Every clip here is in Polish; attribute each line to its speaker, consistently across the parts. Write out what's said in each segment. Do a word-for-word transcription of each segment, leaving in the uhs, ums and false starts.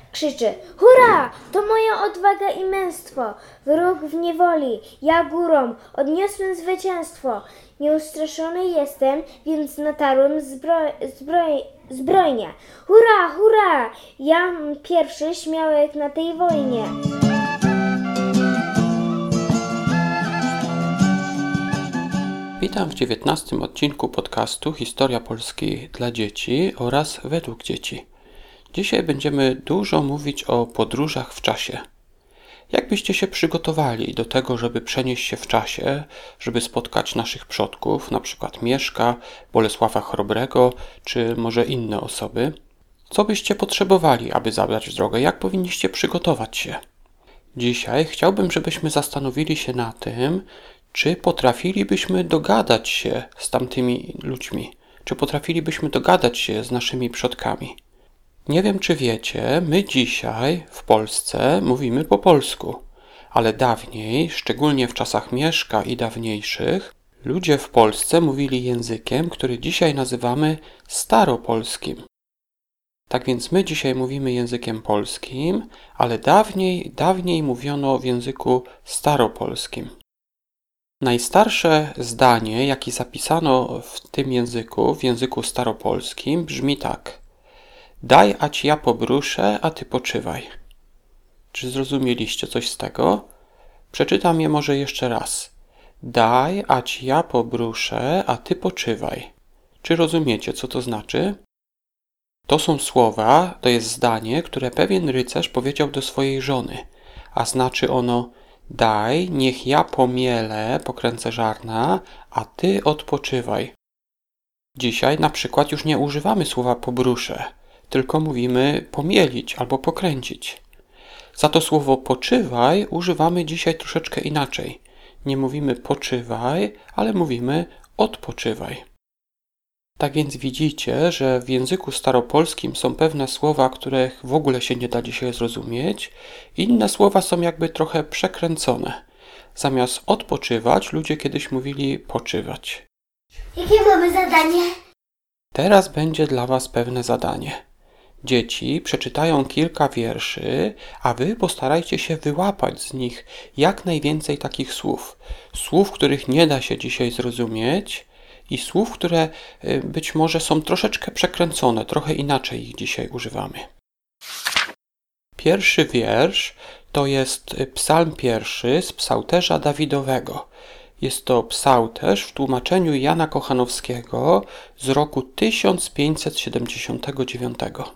Speaker 1: Krzyczy: hurra! To moja odwaga i męstwo! Wróg w niewoli, ja górą, odniosłem zwycięstwo. Nieustraszony jestem, więc natarłem zbroj, zbroj, zbrojnie. Hurra, hurra! Ja pierwszy śmiałek na tej wojnie.
Speaker 2: Witam w dziewiętnastym odcinku podcastu Historia Polski dla dzieci oraz według dzieci. Dzisiaj będziemy dużo mówić o podróżach w czasie. Jak byście się przygotowali do tego, żeby przenieść się w czasie, żeby spotkać naszych przodków, na przykład Mieszka, Bolesława Chrobrego, czy może inne osoby? Co byście potrzebowali, aby zabrać w drogę? Jak powinniście przygotować się? Dzisiaj chciałbym, żebyśmy zastanowili się na tym, czy potrafilibyśmy dogadać się z tamtymi ludźmi? Czy potrafilibyśmy dogadać się z naszymi przodkami? Nie wiem, czy wiecie, my dzisiaj w Polsce mówimy po polsku, ale dawniej, szczególnie w czasach Mieszka i dawniejszych, ludzie w Polsce mówili językiem, który dzisiaj nazywamy staropolskim. Tak więc my dzisiaj mówimy językiem polskim, ale dawniej, dawniej mówiono w języku staropolskim. Najstarsze zdanie, jakie zapisano w tym języku, w języku staropolskim, brzmi tak: daj, ać ja pobruszę, a ty poczywaj. Czy zrozumieliście coś z tego? Przeczytam je może jeszcze raz. Daj, ać ja pobruszę, a ty poczywaj. Czy rozumiecie, co to znaczy? To są słowa, to jest zdanie, które pewien rycerz powiedział do swojej żony, a znaczy ono: daj, niech ja pomielę, pokręcę żarna, a ty odpoczywaj. Dzisiaj na przykład już nie używamy słowa pobruszę, tylko mówimy pomielić albo pokręcić. Za to słowo poczywaj używamy dzisiaj troszeczkę inaczej. Nie mówimy poczywaj, ale mówimy odpoczywaj. Tak więc widzicie, że w języku staropolskim są pewne słowa, których w ogóle się nie da dzisiaj zrozumieć. Inne słowa są jakby trochę przekręcone. Zamiast odpoczywać, ludzie kiedyś mówili poczywać.
Speaker 1: Jakie mamy zadanie?
Speaker 2: Teraz będzie dla was pewne zadanie. Dzieci przeczytają kilka wierszy, a wy postarajcie się wyłapać z nich jak najwięcej takich słów. Słów, których nie da się dzisiaj zrozumieć, i słów, które być może są troszeczkę przekręcone, trochę inaczej ich dzisiaj używamy. Pierwszy wiersz to jest psalm pierwszy z psałterza Dawidowego. Jest to psałterz w tłumaczeniu Jana Kochanowskiego z roku tysiąc pięćset siedemdziesiątego dziewiątego.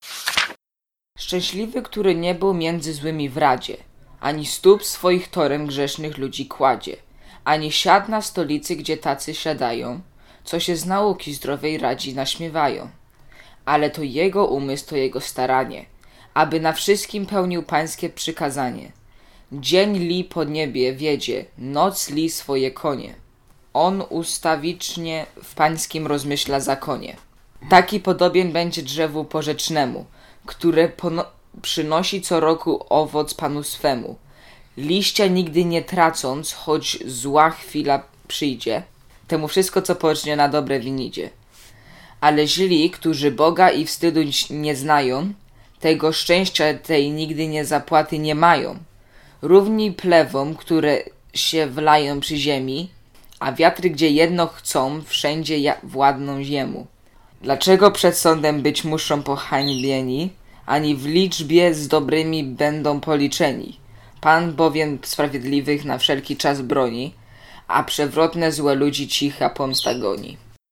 Speaker 3: Szczęśliwy, który nie był między złymi w radzie, ani stóp swoich torem grzesznych ludzi kładzie, ani siadł na stolicy, gdzie tacy siadają, co się z nauki zdrowej radzi naśmiewają. Ale to jego umysł, to jego staranie, aby na wszystkim pełnił pańskie przykazanie. Dzień li po niebie wiedzie, noc li swoje konie. On ustawicznie w pańskim rozmyśla zakonie. Taki podobien będzie drzewu porzecznemu, które pono- przynosi co roku owoc panu swemu. Liścia nigdy nie tracąc, choć zła chwila przyjdzie, temu wszystko, co pocznie na dobre winidzie. Ale źli, którzy Boga i wstydu nie znają, tego szczęścia tej nigdy nie zapłaty nie mają. Równi plewom, które się wlają przy ziemi, a wiatry, gdzie jedno chcą, wszędzie ja- władną ziemu. Dlaczego przed sądem być muszą pohańbieni, ani w liczbie z dobrymi będą policzeni? Pan bowiem sprawiedliwych na wszelki czas broni, a przewrotne złe ludzi cicha pomsta goni.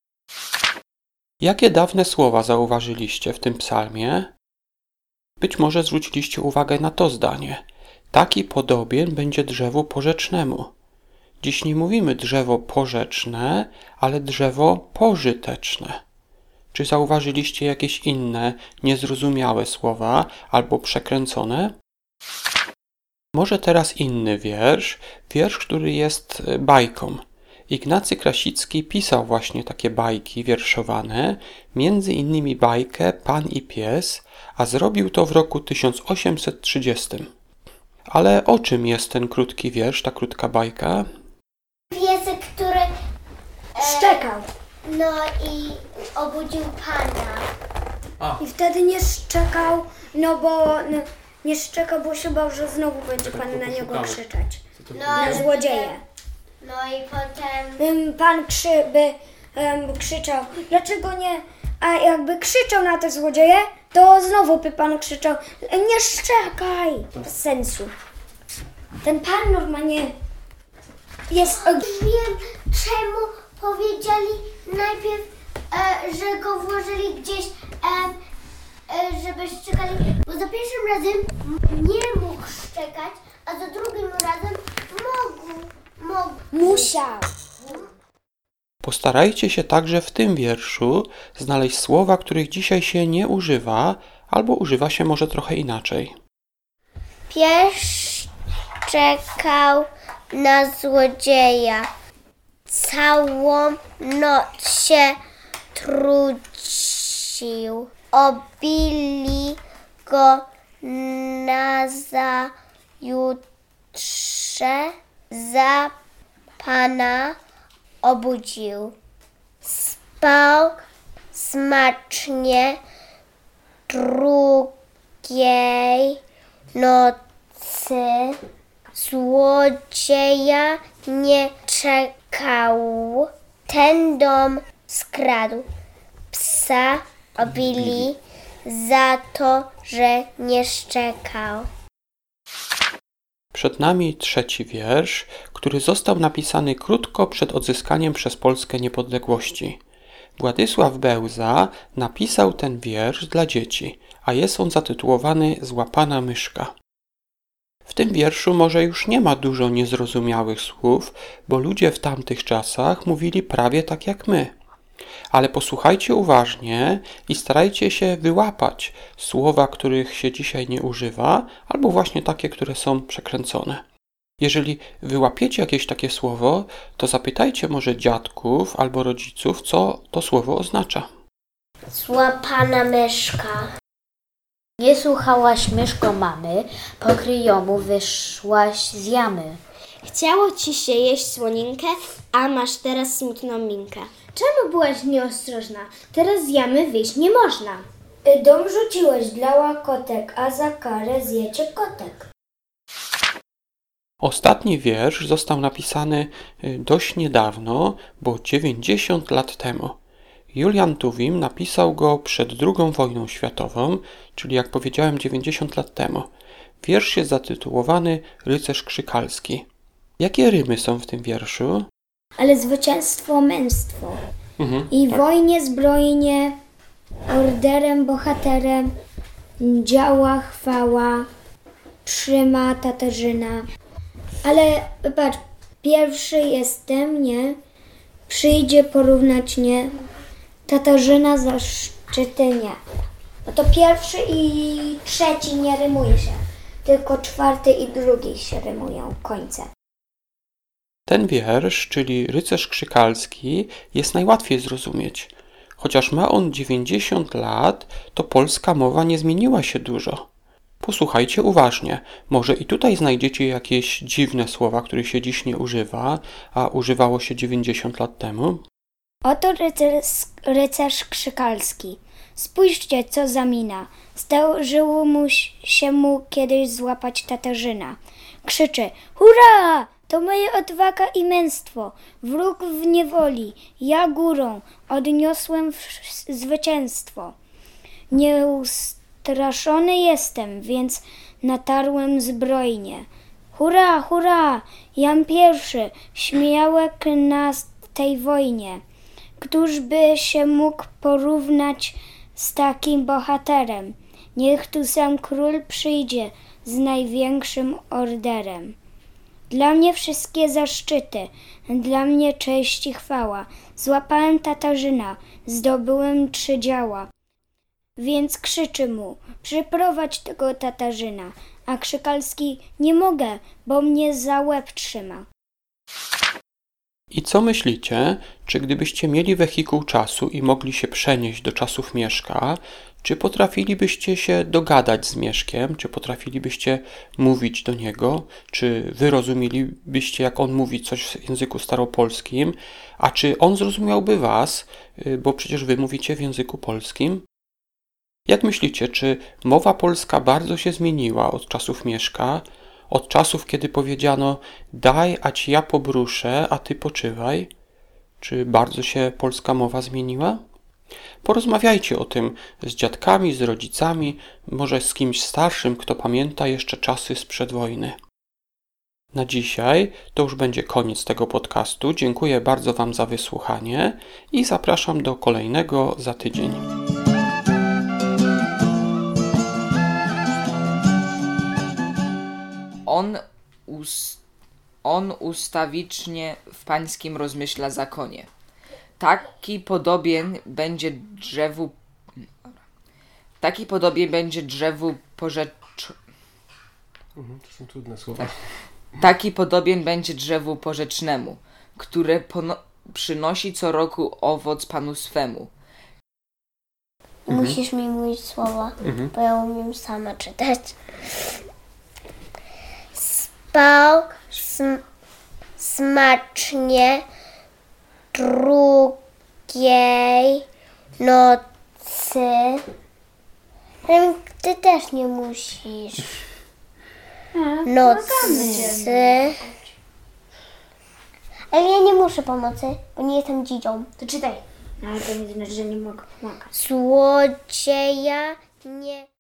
Speaker 2: Jakie dawne słowa zauważyliście w tym psalmie? Być może zwróciliście uwagę na to zdanie. Taki podobien będzie drzewu porzecznemu. Dziś nie mówimy drzewo porzeczne, ale drzewo pożyteczne. Czy zauważyliście jakieś inne, niezrozumiałe słowa albo przekręcone? Może teraz inny wiersz, wiersz, który jest bajką. Ignacy Krasicki pisał właśnie takie bajki wierszowane, między innymi bajkę Pan i pies, a zrobił to w roku tysiąc osiemset trzydziestym. Ale o czym jest ten krótki wiersz, ta krótka bajka?
Speaker 1: Piesek, który e,
Speaker 4: szczekał.
Speaker 1: No i obudził pana.
Speaker 2: A.
Speaker 4: I wtedy nie szczekał, no bo no, nie szczekał, bo się bał, że znowu będzie
Speaker 2: Tak,
Speaker 4: pan
Speaker 2: bo
Speaker 4: na niego
Speaker 2: poszukamy.
Speaker 4: krzyczeć.
Speaker 2: Co to
Speaker 1: No,
Speaker 4: Na
Speaker 1: ale-
Speaker 4: złodzieje.
Speaker 1: No i potem...
Speaker 4: Ym, Pan krzy, by ym, krzyczał, dlaczego nie, a jakby krzyczał na te złodzieje, to znowu by pan krzyczał, nie szczekaj, bez sensu. Ten pan normalnie jest...
Speaker 1: Wiem, czemu powiedzieli najpierw, e, że go włożyli gdzieś, e, e, żeby szczekali, bo za pierwszym razem nie mógł szczekać, a za drugim razem mógł, mógł.
Speaker 4: Musiał.
Speaker 2: Postarajcie się także w tym wierszu znaleźć słowa, których dzisiaj się nie używa, albo używa się może trochę inaczej.
Speaker 1: Pies czekał na złodzieja. Całą noc się trudził. Obili go nazajutrze za pana obudził. Spał smacznie drugiej nocy. Złodzieja nie czekał. Ten dom skradł. Psa obili za to, że nie szczekał.
Speaker 2: Przed nami trzeci wiersz, który został napisany krótko przed odzyskaniem przez Polskę niepodległości. Władysław Bełza napisał ten wiersz dla dzieci, a jest on zatytułowany Złapana myszka. W tym wierszu może już nie ma dużo niezrozumiałych słów, bo ludzie w tamtych czasach mówili prawie tak jak my. Ale posłuchajcie uważnie i starajcie się wyłapać słowa, których się dzisiaj nie używa, albo właśnie takie, które są przekręcone. Jeżeli wyłapiecie jakieś takie słowo, to zapytajcie może dziadków albo rodziców, co to słowo oznacza.
Speaker 1: Złapana myszka.
Speaker 5: Nie słuchałaś myszko mamy, po kryjomu wyszłaś z jamy.
Speaker 1: Chciało ci się jeść słoninkę, a masz teraz smutną minkę.
Speaker 4: Czemu byłaś nieostrożna? Teraz z jamy wyjść nie można. Dom rzuciłeś dla łakotek, a za karę zjecie kotek.
Speaker 2: Ostatni wiersz został napisany dość niedawno, bo dziewięćdziesiąt lat temu. Julian Tuwim napisał go przed drugą wojną światową, czyli jak powiedziałem dziewięćdziesiąt lat temu. Wiersz jest zatytułowany Rycerz Krzykalski. Jakie rymy są w tym wierszu?
Speaker 4: Ale zwycięstwo, męstwo.
Speaker 2: Mhm,
Speaker 4: I
Speaker 2: tak.
Speaker 4: wojnie, zbrojnie, orderem, bohaterem, działa chwała, trzyma Tatarzyna. Ale patrz, pierwszy jestem, nie? Przyjdzie porównać, nie? Tatarzyna za szczyty, nie. No to pierwszy i trzeci nie rymuje się, tylko czwarty i drugi się rymują końce.
Speaker 2: Ten wiersz, czyli Rycerz Krzykalski, jest najłatwiej zrozumieć. Chociaż ma on dziewięćdziesiąt lat, to polska mowa nie zmieniła się dużo. Posłuchajcie uważnie, może i tutaj znajdziecie jakieś dziwne słowa, których się dziś nie używa, a używało się dziewięćdziesiąt lat temu.
Speaker 4: Oto rycerz, rycerz Krzykalski. Spójrzcie, co za mina. Zdarzyło mu się mu kiedyś złapać Tatarzyna. Krzyczy, hurra! To moja odwaga i męstwo. Wróg w niewoli, ja górą odniosłem w- zwycięstwo. Nieustraszony jestem, więc natarłem zbrojnie. Hurra, hurra! Jam pierwszy, śmiałek na tej wojnie. Któż by się mógł porównać z takim bohaterem? Niech tu sam król przyjdzie z największym orderem. Dla mnie wszystkie zaszczyty, dla mnie cześć i chwała. Złapałem Tatarzyna, zdobyłem trzy działa. Więc krzyczy mu, przyprowadź tego Tatarzyna. A Krzykalski, nie mogę, bo mnie za łeb trzyma.
Speaker 2: I co myślicie, czy gdybyście mieli wehikuł czasu i mogli się przenieść do czasów Mieszka, czy potrafilibyście się dogadać z Mieszkiem, czy potrafilibyście mówić do niego, czy wy rozumielibyście, jak on mówi coś w języku staropolskim, a czy on zrozumiałby was, bo przecież wy mówicie w języku polskim? Jak myślicie, czy mowa polska bardzo się zmieniła od czasów Mieszka, od czasów, kiedy powiedziano daj, a ci ja pobruszę, a ty poczywaj? Czy bardzo się polska mowa zmieniła? Porozmawiajcie o tym z dziadkami, z rodzicami, może z kimś starszym, kto pamięta jeszcze czasy sprzed wojny. Na dzisiaj to już będzie koniec tego podcastu. Dziękuję bardzo Wam za wysłuchanie i zapraszam do kolejnego za tydzień.
Speaker 3: On, us, on ustawicznie w pańskim rozmyśla zakonie. Taki podobien będzie drzewu... Taki podobien będzie drzewu porzecz...
Speaker 6: Mhm, to są trudne słowa.
Speaker 3: Taki podobien będzie drzewu porzecznemu, które pono- przynosi co roku owoc Panu swemu.
Speaker 7: Musisz mi mówić słowa, bo ja umiem sama czytać. Spał sm- smacznie drugiej nocy. Ty też nie musisz. Nocy. Ale ja nie muszę pomocy, bo nie jestem dzidzią.
Speaker 1: To czytaj. No, ale to nie znaczy, że nie mogę pomagać.
Speaker 7: Złodzieja nie...